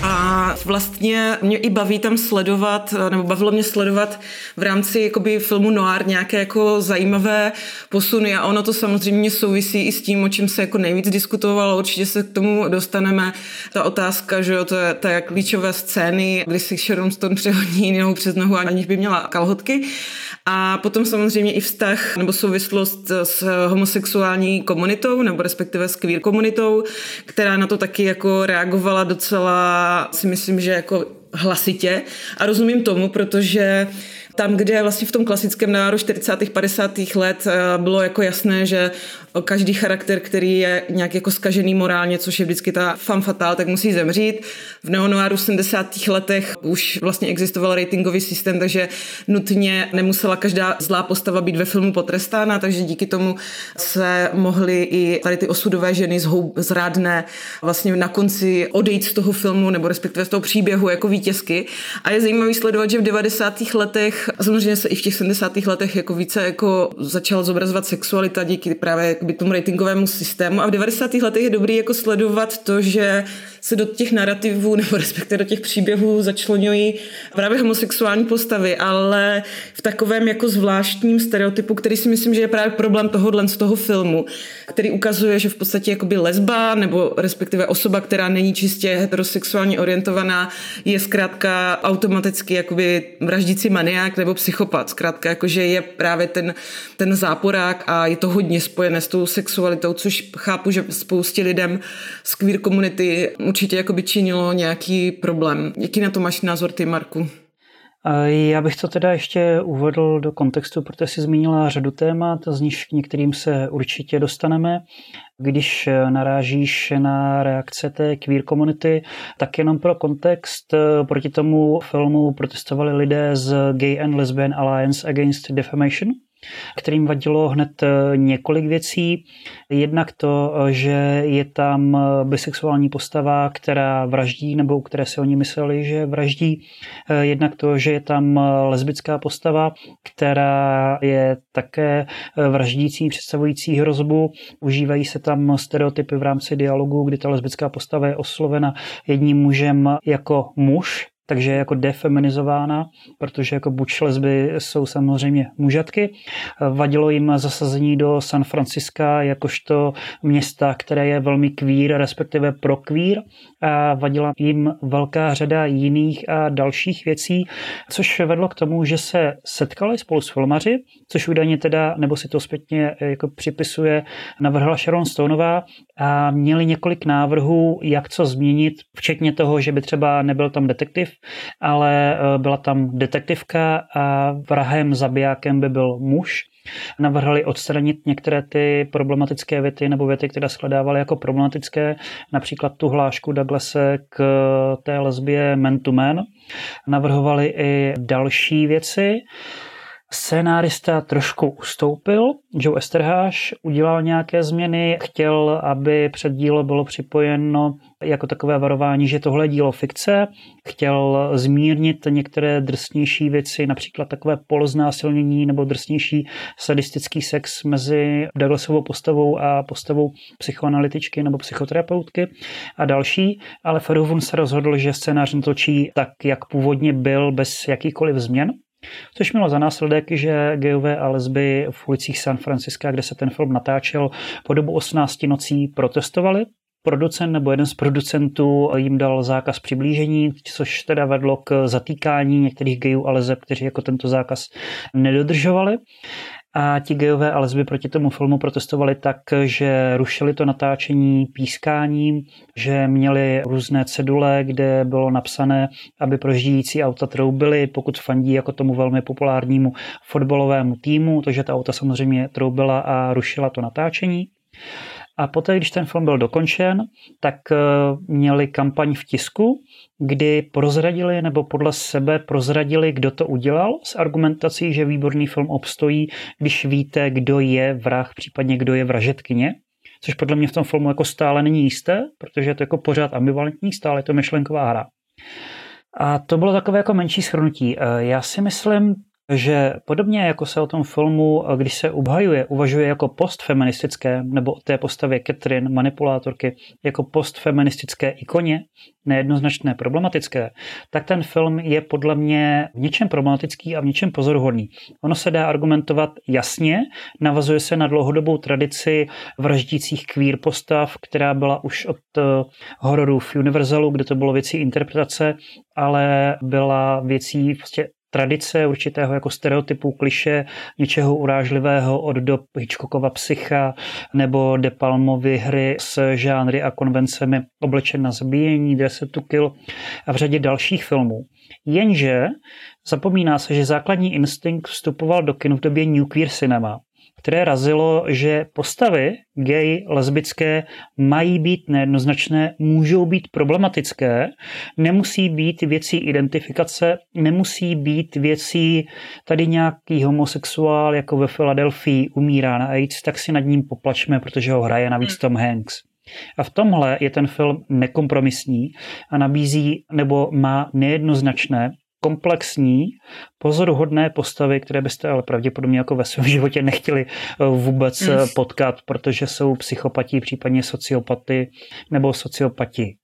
A vlastně mě i baví tam sledovat, nebo bavilo mě sledovat v rámci jakoby filmu noir nějaké jako zajímavé posuny a ono to samozřejmě souvisí i s tím, o čem se jako nejvíc diskutovalo, určitě se k tomu dostaneme. Ta otázka, že jo, to je ta klíčové scény, kdy si Sharon Stone přehodí nohu přes nohu, aniž by měla kalhotky. A potom samozřejmě i vztah nebo souvislost s homosexuální komunitou, nebo respektive s queer komunitou, která na to taky jako reagovala docela, si myslím, že jako hlasitě. A rozumím tomu, protože tam, kde vlastně v tom klasickém náru 40. 50. let bylo jako jasné, že každý charakter, který je nějak jako zkažený morálně, což je vždycky ta femme fatale, tak musí zemřít. V neonoáru 70. letech už vlastně existoval ratingový systém, takže nutně nemusela každá zlá postava být ve filmu potrestána, takže díky tomu se mohly i tady ty osudové ženy zrádné vlastně na konci odejít z toho filmu, nebo respektive z toho příběhu jako vítězky. A je zajímavý sledovat, že v 90. letech a samozřejmě se i v těch 70. letech jako více jako začala zobrazovat sexualita díky právě tomu ratingovému systému a v 90. letech je dobrý jako sledovat to, že se do těch narrativů nebo respektive do těch příběhů začleňují právě homosexuální postavy, ale v takovém jako zvláštním stereotypu, který si myslím, že je právě problém tohohle z toho filmu, který ukazuje, že v podstatě jakoby lesba nebo respektive osoba, která není čistě heterosexuálně orientovaná, je zkrátka automaticky jakoby vraždící maniák nebo psychopat. Zkrátka jakože je právě ten záporák a je to hodně spojené s tou sexualitou, což chápu, že spoustě lidem z queer komunity určitě jakoby činilo nějaký problém. Jaký na to máš názor ty, Marku? Já bych to teda ještě uvedl do kontextu, protože jsi zmínila řadu témat, z nich k některým se určitě dostaneme. Když narážíš na reakce té queer komunity, tak jenom pro kontext, proti tomu filmu protestovali lidé z Gay and Lesbian Alliance Against Defamation, kterým vadilo hned několik věcí. Jednak to, že je tam bisexuální postava, která vraždí, nebo které si oni mysleli, že vraždí. Jednak to, že je tam lesbická postava, která je také vraždící, představující hrozbu. Užívají se tam stereotypy v rámci dialogu, kdy ta lesbická postava je oslovena jedním mužem jako muž, takže je jako defeminizována, protože jako butch lesby jsou samozřejmě mužatky. Vadilo jim zasazení do San Franciska jakožto města, které je velmi queer, respektive pro queer, a vadila jim velká řada jiných a dalších věcí, což vedlo k tomu, že se setkali spolu s filmaři, což údajně teda, nebo si to zpětně jako připisuje, navrhla Sharon Stoneová a měli několik návrhů, jak co změnit, včetně toho, že by třeba nebyl tam detektiv, ale byla tam detektivka a vrahem zabijákem by byl muž. Navrhli odstranit některé ty problematické věty nebo věty, které shledávali jako problematické, například tu hlášku Douglase k té lesbě man to man. Navrhovali i další věci. Scénárista trošku ustoupil, Joe Eszterhas udělal nějaké změny, chtěl, aby před dílo bylo připojeno jako takové varování, že tohle je dílo fikce, chtěl zmírnit některé drsnější věci, například takové poloznásilnění nebo drsnější sadistický sex mezi Douglasovou postavou a postavou psychoanalytičky nebo psychoterapeutky a další, ale Verhoeven se rozhodl, že scénář natočí tak, jak původně byl, bez jakýchkoliv změn. Což mělo za následek, že gayové a lesby v ulicích San Franciska, kde se ten film natáčel, po dobu 18 nocí protestovali. Producent nebo jeden z producentů jim dal zákaz přiblížení, což teda vedlo k zatýkání některých gayů a leseb, kteří jako tento zákaz nedodržovali. A ti gayové a lesby proti tomu filmu protestovali tak, že rušili to natáčení pískáním, že měli různé cedule, kde bylo napsané, aby projíždějící auta troubily, pokud fandí jako tomu velmi populárnímu fotbalovému týmu, takže ta auta samozřejmě troubila a rušila to natáčení. A poté, když ten film byl dokončen, tak měli kampaň v tisku, kdy prozradili nebo podle sebe prozradili, kdo to udělal, s argumentací, že výborný film obstojí, když víte, kdo je vrah, případně kdo je vražetkyně. Což podle mě v tom filmu jako stále není jisté, protože je to jako pořád ambivalentní, stále je to myšlenková hra. A to bylo takové jako menší shrnutí. Já si myslím, že podobně jako se o tom filmu, když se uvažuje jako postfeministické, nebo o té postavě Catherine, manipulátorky, jako postfeministické ikoně, nejednoznačné, problematické, tak ten film je podle mě v něčem problematický a v něčem pozoruhodný. Ono se dá argumentovat jasně, navazuje se na dlouhodobou tradici vraždících queer postav, která byla už od hororů v Universalu, kde to bylo věcí interpretace, ale byla věcí prostě tradice určitého jako stereotypu, kliše, něčeho urážlivého od dob Hitchcockova Psycha nebo De Palmovy hry s žánry a konvencemi Oblečen na zabíjení, Dressed to Kill a v řadě dalších filmů. Jenže zapomíná se, že základní instinkt vstupoval do kin v době New Queer Cinema, které razilo, že postavy gay, lesbické mají být nejednoznačné, můžou být problematické, nemusí být věcí identifikace, nemusí být věcí tady nějaký homosexuál, jako ve Filadelfii umírá na AIDS, tak si nad ním poplačme, protože ho hraje navíc Tom Hanks. A v tomhle je ten film nekompromisní a nabízí nebo má nejednoznačné, komplexní, pozoruhodné postavy, které byste ale pravděpodobně jako ve svém životě nechtěli vůbec potkat, protože jsou psychopati, případně sociopaty nebo sociopati.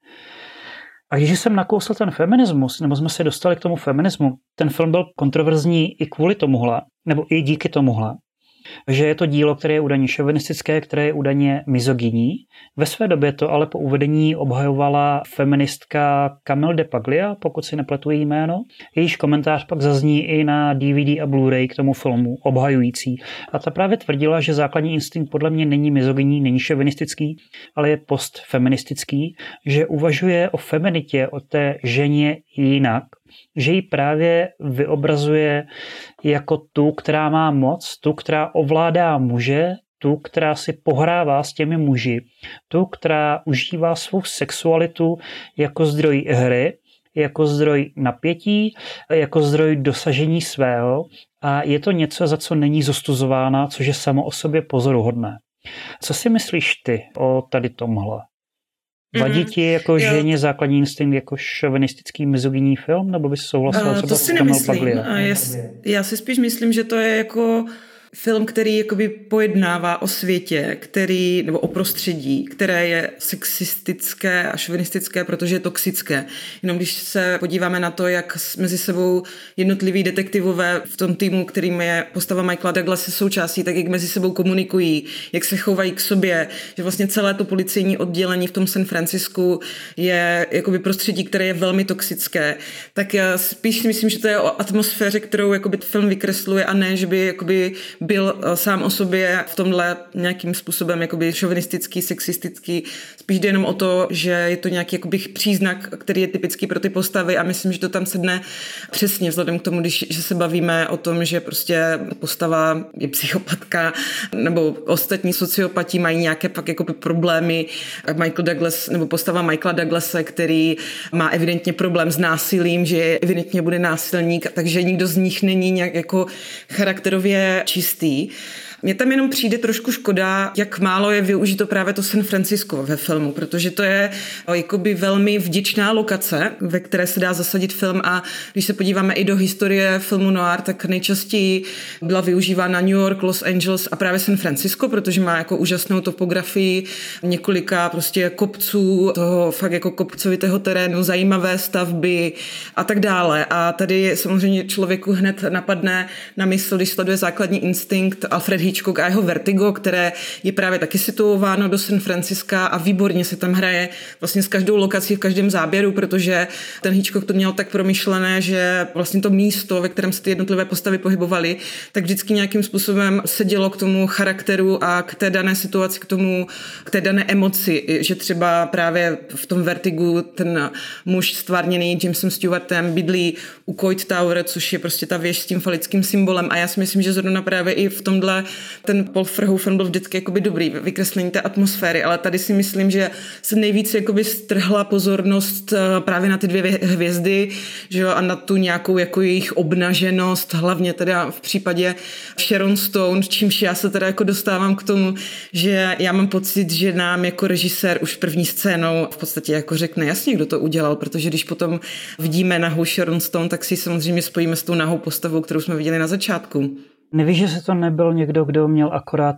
A když jsem nakousl ten feminismus, nebo jsme se dostali k tomu feminismu, ten film byl kontroverzní i kvůli tomuhle, nebo i díky tomuhle, že je to dílo, které je údajně šovinistické, které je údajně mizogynní. Ve své době to ale po uvedení obhajovala feministka Camille de Paglia, pokud si nepletu její jméno. Jejíž komentář pak zazní i na DVD a Blu-ray k tomu filmu, obhajující. A ta právě tvrdila, že základní instinkt podle mě není mizogynní, není šovinistický, ale je postfeministický, že uvažuje o feminitě, o té ženě jinak, že ji právě vyobrazuje jako tu, která má moc, tu, která ovládá muže, tu, která si pohrává s těmi muži, tu, která užívá svou sexualitu jako zdroj hry, jako zdroj napětí, jako zdroj dosažení svého a je to něco, za co není zostuzována, což je samo o sobě pozoruhodné. Co si myslíš ty o tady tomhle? Vadí ti jako ženě základní instinkt jako šovinistický mizogynní film, nebo bys souhlasil třeba s Camille Paglia? Já si spíš myslím, že to je jako film, který jakoby pojednává o světě, nebo o prostředí, které je sexistické a šovinistické, protože je toxické. Jenom když se podíváme na to, jak mezi sebou jednotliví detektivové v tom týmu, kterým je postava Michaela Douglase součástí, tak jak mezi sebou komunikují, jak se chovají k sobě, že vlastně celé to policejní oddělení v tom San Francisku je jakoby prostředí, které je velmi toxické. Tak já spíš myslím, že to je o atmosféře, kterou jakoby film vykresluje a ne, že by jakoby byl sám o sobě v tomhle nějakým způsobem jakoby šovinistický, sexistický. Spíš jde jenom o to, že je to nějaký jakoby příznak, který je typický pro ty postavy a myslím, že to tam sedne přesně vzhledem k tomu, že se bavíme o tom, že prostě postava je psychopatka nebo ostatní sociopati mají nějaké pak jakoby problémy. Michael Douglas nebo postava Michaela Douglase, který má evidentně problém s násilím, že evidentně bude násilník, takže nikdo z nich není nějak jako charakterově čistý. Mně tam jenom přijde trošku škoda, jak málo je využito právě to San Francisco ve filmu, protože to je jakoby velmi vděčná lokace, ve které se dá zasadit film a když se podíváme i do historie filmu noir, tak nejčastěji byla využívána New York, Los Angeles a právě San Francisco, protože má jako úžasnou topografii, několika prostě kopců, toho fakt jako kopcovitého terénu, zajímavé stavby a tak dále. A tady samozřejmě člověku hned napadne na mysl, když sleduje základní instinkt Alfred Hitchcock a jeho Vertigo, které je právě taky situováno do San Francisca a výborně se tam hraje vlastně s každou lokací v každém záběru, protože ten Hitchcock to měl tak promyšlené, že vlastně to místo, ve kterém se ty jednotlivé postavy pohybovaly, tak vždycky nějakým způsobem sedělo k tomu charakteru a k té dané situaci, k té dané emoci, že třeba právě v tom Vertigu ten muž stvárněný Jamesem Stewartem bydlí u Coit Tower, což je prostě ta věž s tím falickým symbolem a já si myslím, že zrovna právě i v tomhle ten Paul Verhoeven byl vždycky jakoby dobrý ve vykreslení té atmosféry, ale tady si myslím, že se nejvíc jakoby strhla pozornost právě na ty dvě hvězdy, že jo, a na tu nějakou jako jejich obnaženost, hlavně teda v případě Sharon Stone, čímž já se teda jako dostávám k tomu, že já mám pocit, že nám jako režisér už první scénou v podstatě jako řekne jasně, kdo to udělal, protože když potom vidíme nahou Sharon Stone, tak si samozřejmě spojíme s tou nahou postavou, kterou jsme viděli na začátku. Nevíš, že se to nebyl někdo, kdo měl akorát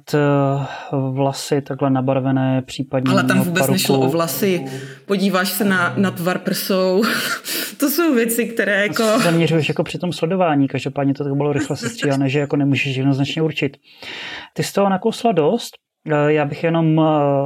vlasy takhle nabarvené, případně ale tam vůbec paruku. Nešlo o vlasy. Podíváš se na tvar prsou. To jsou věci, které jako... Zaměřuješ jako při tom sledování, každopádně to tak bylo rychle sestříhané, že jako nemůžeš jednoznačně určit. Ty z toho nakousla dost. Já bych jenom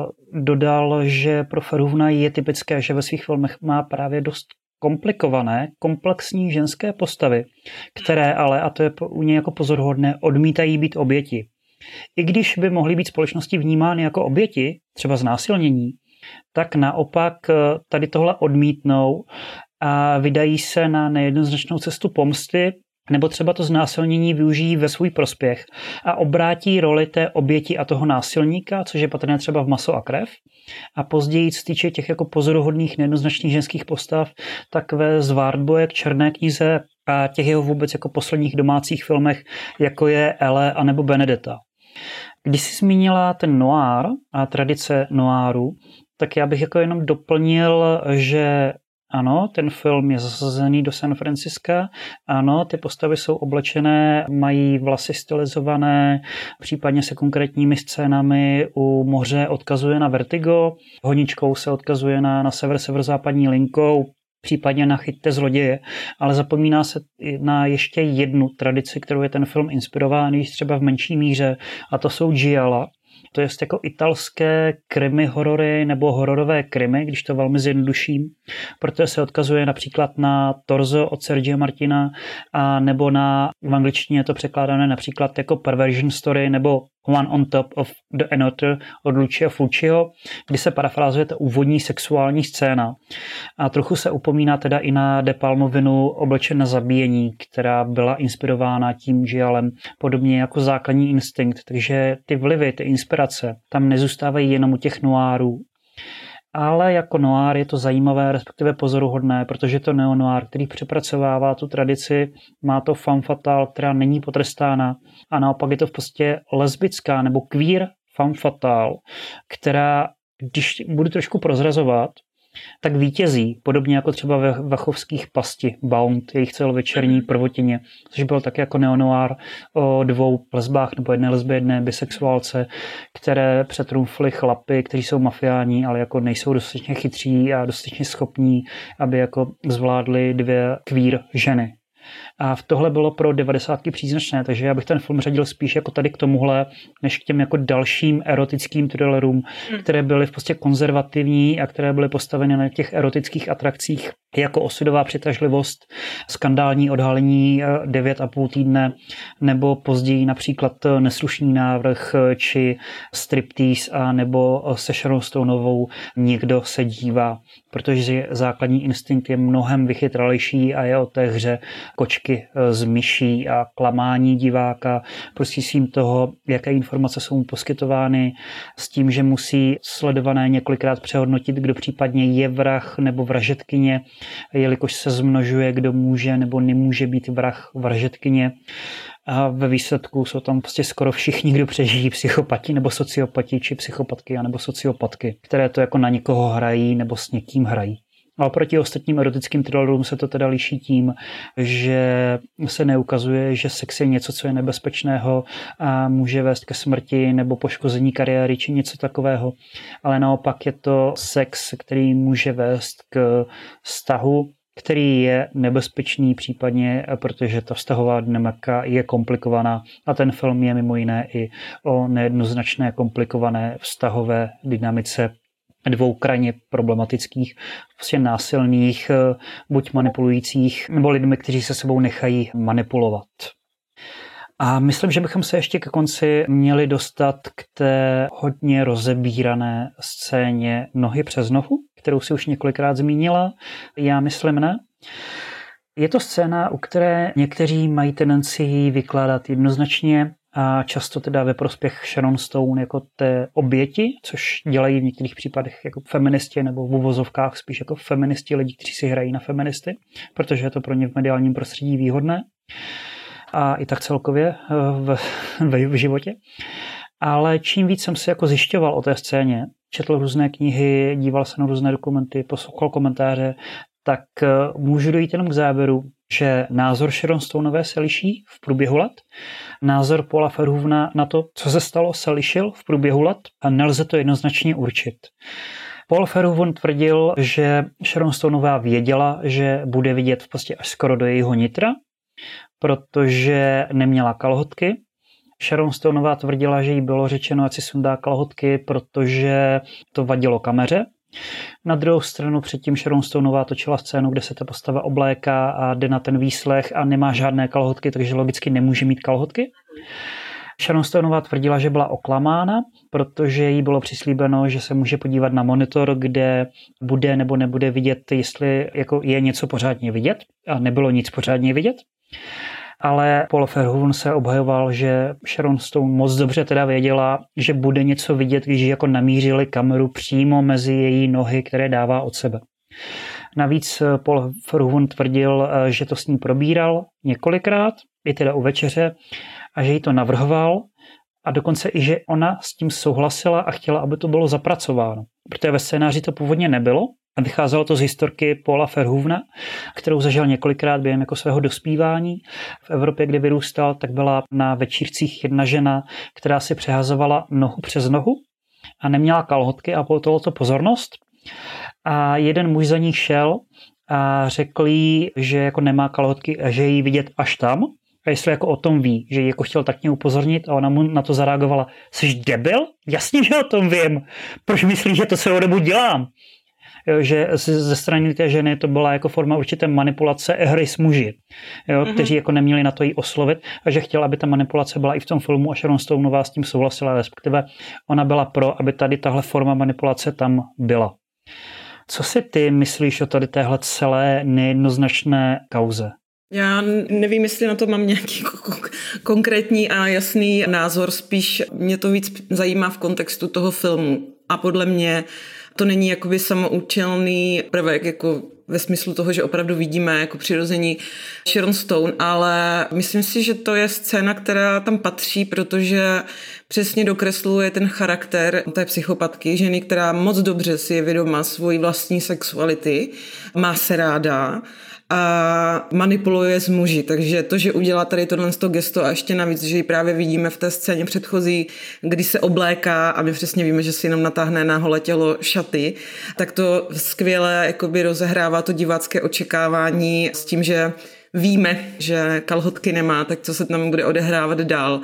dodal, že pro Verhoevena je typické, že ve svých filmech má právě dost komplikované, komplexní ženské postavy, které ale, a to je u něj jako pozoruhodné, odmítají být oběti. I když by mohly být společnosti vnímány jako oběti, třeba znásilnění, tak naopak tady tohle odmítnou a vydají se na nejednoznačnou cestu pomsty, nebo třeba to znásilnění využijí ve svůj prospěch a obrátí roli té oběti a toho násilníka, což je patrné třeba v Maso a krev. A později, co týče těch jako pozoruhodných nejednoznačných ženských postav, tak ve Zwartboje, Černé knize a těch jeho vůbec jako posledních domácích filmech, jako je Elle anebo Benedetta. Když jsi zmínila ten noir a tradice noiru, tak já bych jako jenom doplnil, že ano, ten film je zasazený do San Franciska, ano, ty postavy jsou oblečené, mají vlasy stylizované, případně se konkrétními scénami u moře odkazuje na Vertigo, honičkou se odkazuje na severozápadní linkou, případně na Chyťte zloděje, ale zapomíná se na ještě jednu tradici, kterou je ten film inspirován, již třeba v menší míře, a to jsou giallo. To je jako italské krimi horory nebo hororové krimi, když to velmi zjednoduším, protože se odkazuje například na Torso od Sergia Martina a nebo na, v angličtině je to překládané například jako Perversion Story nebo One on Top of the Another od Lucia Fulciho, kdy se parafrázuje ta úvodní sexuální scéna. A trochu se upomíná teda i na De Palmovinu Oblečen na zabíjení, která byla inspirována tím giallem, podobně jako Základní instinkt. Takže ty vlivy, ty inspirace tam nezůstávají jenom u těch noárů. Ale jako noir je to zajímavé, respektive pozoruhodné, protože to neo-noir, který přepracovává tu tradici, má to femme fatale, která není potrestána, a naopak je to v podstatě lesbická nebo queer femme fatale, která, když budu trošku prozrazovat, tak vítězí, podobně jako třeba ve Wachowských Pasti, Bound, jejich celovečerní prvotině, což byl taky jako neo-noir o dvou lesbách nebo jedné lesbě, jedné bisexuálce, které přetrumfly chlapy, kteří jsou mafiáni, ale jako nejsou dostatečně chytří a dostatečně schopní, aby jako zvládli dvě queer ženy. A v tohle bylo pro 90 příznačné, takže já bych ten film řadil spíš jako tady k tomuhle, než k těm jako dalším erotickým thrillerům, které byly v podstatě konzervativní a které byly postaveny na těch erotických atrakcích jako Osudová přitažlivost, Skandální odhalení 9,5 týdne, nebo později například Neslušný návrh či Striptease a nebo se Sharon Stoneovou Někdo se dívá, protože Základní instinkt je mnohem vychytralejší a je o té hře kočky z myší a klamání diváka prostřednictvím toho, jaké informace jsou mu poskytovány, s tím, že musí sledované několikrát přehodnotit, kdo případně je vrah nebo vražedkyně, jelikož se zmnožuje, kdo může nebo nemůže být vrah, vražedkyně. A ve výsledku jsou tam prostě skoro všichni, kdo přežijí, psychopati nebo sociopati, či psychopatky a nebo sociopatky, které to jako na někoho hrají nebo s někým hrají. A oproti ostatním erotickým thrillerům se to teda liší tím, že se neukazuje, že sex je něco, co je nebezpečného a může vést ke smrti nebo poškození kariéry či něco takového, ale naopak je to sex, který může vést k vztahu, který je nebezpečný případně, protože ta vztahová dynamika je komplikovaná a ten film je mimo jiné i o nejednoznačné komplikované vztahové dynamice dvou krajně problematických, prostě násilných, buď manipulujících, nebo lidmi, kteří se sebou nechají manipulovat. A myslím, že bychom se ještě ke konci měli dostat k té hodně rozebírané scéně Nohy přes nohu, kterou si už několikrát zmínila. Já myslím ne. Je to scéna, u které někteří mají tendenci ji vykládat jednoznačně a často teda ve prospěch Sharon Stone jako té oběti, což dělají v některých případech jako feministi nebo v uvozovkách spíš jako feministi, lidi, kteří si hrají na feministy, protože je to pro ně v mediálním prostředí výhodné a i tak celkově v životě. Ale čím víc jsem si jako zjišťoval o té scéně, četl různé knihy, díval se na různé dokumenty, poslouchal komentáře, tak můžu dojít jenom k závěru, že názor Sharon Stoneové se liší v průběhu let. Názor Paula Verhoevena na to, co se stalo, se lišil v průběhu let a nelze to jednoznačně určit. Paul Verhoeven tvrdil, že Sharon Stoneová věděla, že bude vidět v podstatě až skoro do jejího nitra, protože neměla kalhotky. Sharon Stoneová tvrdila, že jí bylo řečeno, ať si sundá kalhotky, protože to vadilo kameře. Na druhou stranu předtím Sharon Stoneová točila scénu, kde se ta postava obléká a jde na ten výslech a nemá žádné kalhotky, takže logicky nemůže mít kalhotky. Sharon Stoneová tvrdila, že byla oklamána, protože jí bylo přislíbeno, že se může podívat na monitor, kde bude nebo nebude vidět, jestli jako je něco pořádně vidět, a nebylo nic pořádně vidět. Ale Paul Verhoeven se obhajoval, že Sharon Stone moc dobře teda věděla, že bude něco vidět, když jako namířili kameru přímo mezi její nohy, které dává od sebe. Navíc Paul Verhoeven tvrdil, že to s ní probíral několikrát, i teda u večeře, a že jí to navrhoval a dokonce i, že ona s tím souhlasila a chtěla, aby to bylo zapracováno. Protože ve scénáři to původně nebylo a vycházelo to z historky Paula Verhoevena, kterou zažil několikrát během jako svého dospívání. V Evropě, kde vyrůstal, tak byla na večírcích jedna žena, která si přehazovala nohu přes nohu a neměla kalhotky a bylo to pozornost. A jeden muž za ní šel a řekl jí, že jako nemá kalhotky a že jí vidět až tam. A jestli jako o tom ví, že ji jako chtěl tak mě upozornit a ona mu na to zareagovala, jsi debil? Jasně, že o tom vím. Proč myslíš, že to celou dobu dělám? Jo, že ze strany té ženy to byla jako forma určité manipulace hry s muži, jo, kteří jako neměli na to jí oslovit a že chtěla, aby ta manipulace byla i v tom filmu a Sharon Stoneová s tím souhlasila, respektive ona byla pro, aby tady tahle forma manipulace tam byla. Co si ty myslíš o tady téhle celé nejednoznačné kauze? Já nevím, jestli na to mám nějaký konkrétní a jasný názor, spíš mě to víc zajímá v kontextu toho filmu. A podle mě to není jakoby samoučelný prvek, jako ve smyslu toho, že opravdu vidíme jako přirození Sharon Stone, ale myslím si, že to je scéna, která tam patří, protože přesně dokresluje ten charakter té psychopatky, ženy, která moc dobře si je vědoma svojí vlastní sexuality, má se ráda a manipuluje s muži. Takže to, že udělá tady tohle gesto a ještě navíc, že ji právě vidíme v té scéně předchozí, kdy se obléká a my přesně víme, že si jenom natáhne na holé tělo šaty, tak to skvěle jakoby rozehrává to divácké očekávání s tím, že víme, že kalhotky nemá, tak co se tam bude odehrávat dál.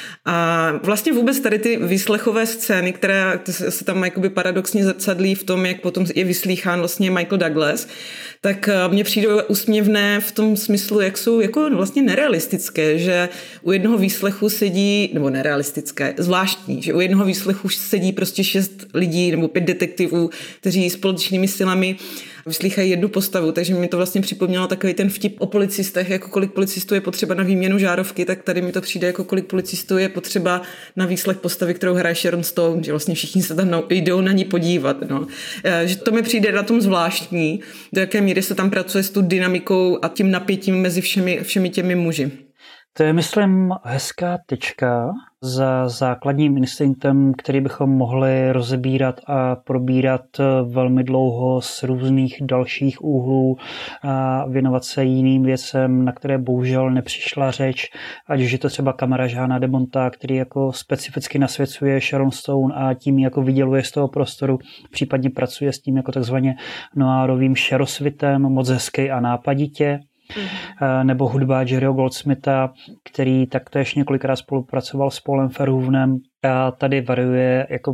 A vlastně vůbec tady ty výslechové scény, které se tam jakoby paradoxně zrcadlí v tom, jak potom je vyslýchán vlastně Michael Douglas, tak mně přijde úsměvné v tom smyslu, jak jsou jako vlastně nerealistické, že u jednoho výslechu sedí, nebo nerealistické, zvláštní, že u jednoho výslechu sedí prostě 6 lidí nebo 5 detektivů, kteří společnými silami vyslýchají jednu postavu, takže mi to vlastně připomnělo takový ten vtip o policistech, jako kolik policistů je potřeba na výměnu žárovky, tak tady mi to přijde, jako kolik policistů je potřeba na výslech postavy, kterou hraje Sharon Stone, že vlastně všichni se tam jdou na ní podívat. No. Že to mi přijde na tom zvláštní, do jaké míry se tam pracuje s tu dynamikou a tím napětím mezi všemi těmi muži. To je, myslím, hezká tečka za základním instinktem, který bychom mohli rozebírat a probírat velmi dlouho z různých dalších úhlů a věnovat se jiným věcem, na které bohužel nepřišla řeč, ať už je to třeba kamera Jeana de Monta, který jako specificky nasvěcuje Sharon Stone a tím jako vyděluje z toho prostoru, případně pracuje s tím jako takzvaně noárovým šerosvitem, moc hezký a nápaditě. Nebo hudba Jerryho Goldsmitha, který taktéž několikrát spolupracoval s Paulem Verhoevenem a tady variuje jako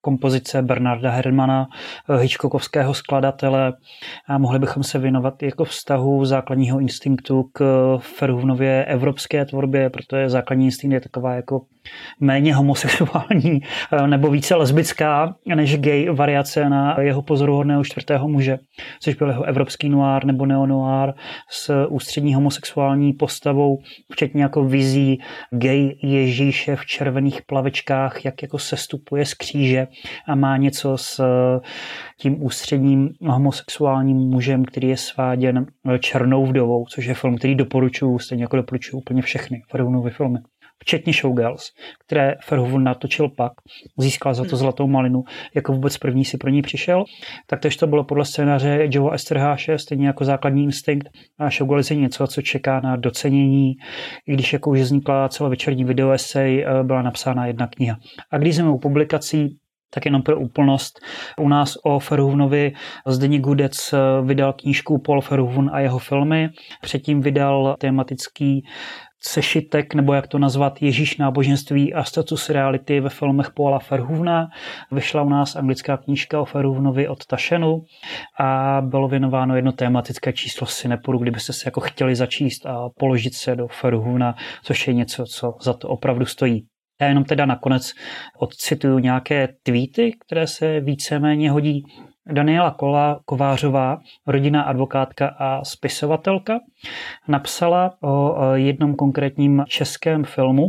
kompozice Bernarda Herrmana, Hitchcockovského skladatele, a mohli bychom se věnovat jako vztahu základního instinktu k Verhoevenově evropské tvorbě, protože základní instinkt je taková jako méně homosexuální nebo více lesbická než gay variace na jeho pozoruhodného čtvrtého muže, což byl jeho evropský noir nebo neonoir s ústřední homosexuální postavou, včetně jako vizí gay Ježíše v červených plavečkách, jak jako sestupuje z kříže a má něco s tím ústředním homosexuálním mužem, který je sváděn černou vdovou, což je film, který doporučuji, stejně jako doporučuji úplně všechny Verhoevenovy filmy. Včetně Showgirls, které Verhoeven natočil pak, získal za to zlatou malinu, jako vůbec první si pro ní přišel. Taktéž to bylo podle scénáře Joea Esterháše, stejně jako základní instinkt. A Showgirls je něco, co čeká na docenění, i když jako už vznikla celovečerní videoesej, byla napsána jedna kniha. A když jsme u publikací, tak jenom pro úplnost, u nás o Verhoevenovi Zdeněk Hudec vydal knížku Paul Verhoeven a jeho filmy, předtím vydal tematický sešitek, nebo jak to nazvat, Ježíš náboženství a status reality ve filmech Paula Verhoevena. Vyšla u nás anglická knížka o Verhoevenovi od Tašenu a bylo věnováno jedno tematické číslo Cineporu, kdybyste se jako chtěli začíst a položit se do Verhoevena, což je něco, co za to opravdu stojí. Já jenom teda nakonec odcituju nějaké tweety, které se víceméně hodí. Daniela Kovářová, rodinná advokátka a spisovatelka, napsala o jednom konkrétním českém filmu,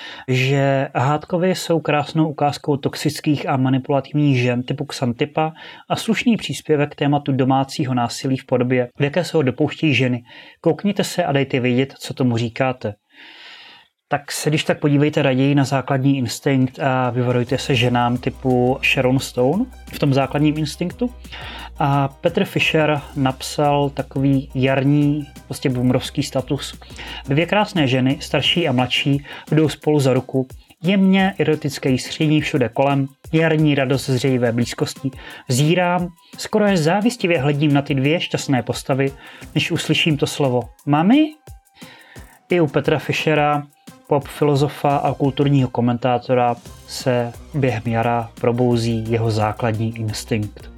že hádkově jsou krásnou ukázkou toxických a manipulativních žen typu Xantipa a slušný příspěvek k tématu domácího násilí v podobě, v jaké se ho dopouští ženy. Koukněte se a dejte vědět, co tomu říkáte. Tak se když tak podívejte raději na základní instinkt a vyvarujte se ženám typu Sharon Stone v tom základním instinktu. A Petr Fischer napsal takový jarní, prostě boomerovský status. Dvě krásné ženy, starší a mladší, jdou spolu za ruku. Jemně erotické jiskření všude kolem, jarní radost zřejvé blízkosti. Zírám, skoro až závistivě hledím na ty dvě šťastné postavy, než uslyším to slovo mami. I u Petra Fischera, pop filozofa a kulturního komentátora, se během jara probouzí jeho základní instinkt.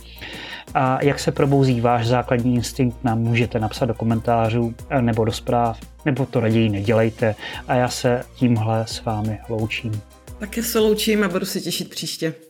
A jak se probouzí váš základní instinkt, nám můžete napsat do komentářů nebo do zpráv, nebo to raději nedělejte. A já se tímhle s vámi loučím. Také se loučím a budu se těšit příště.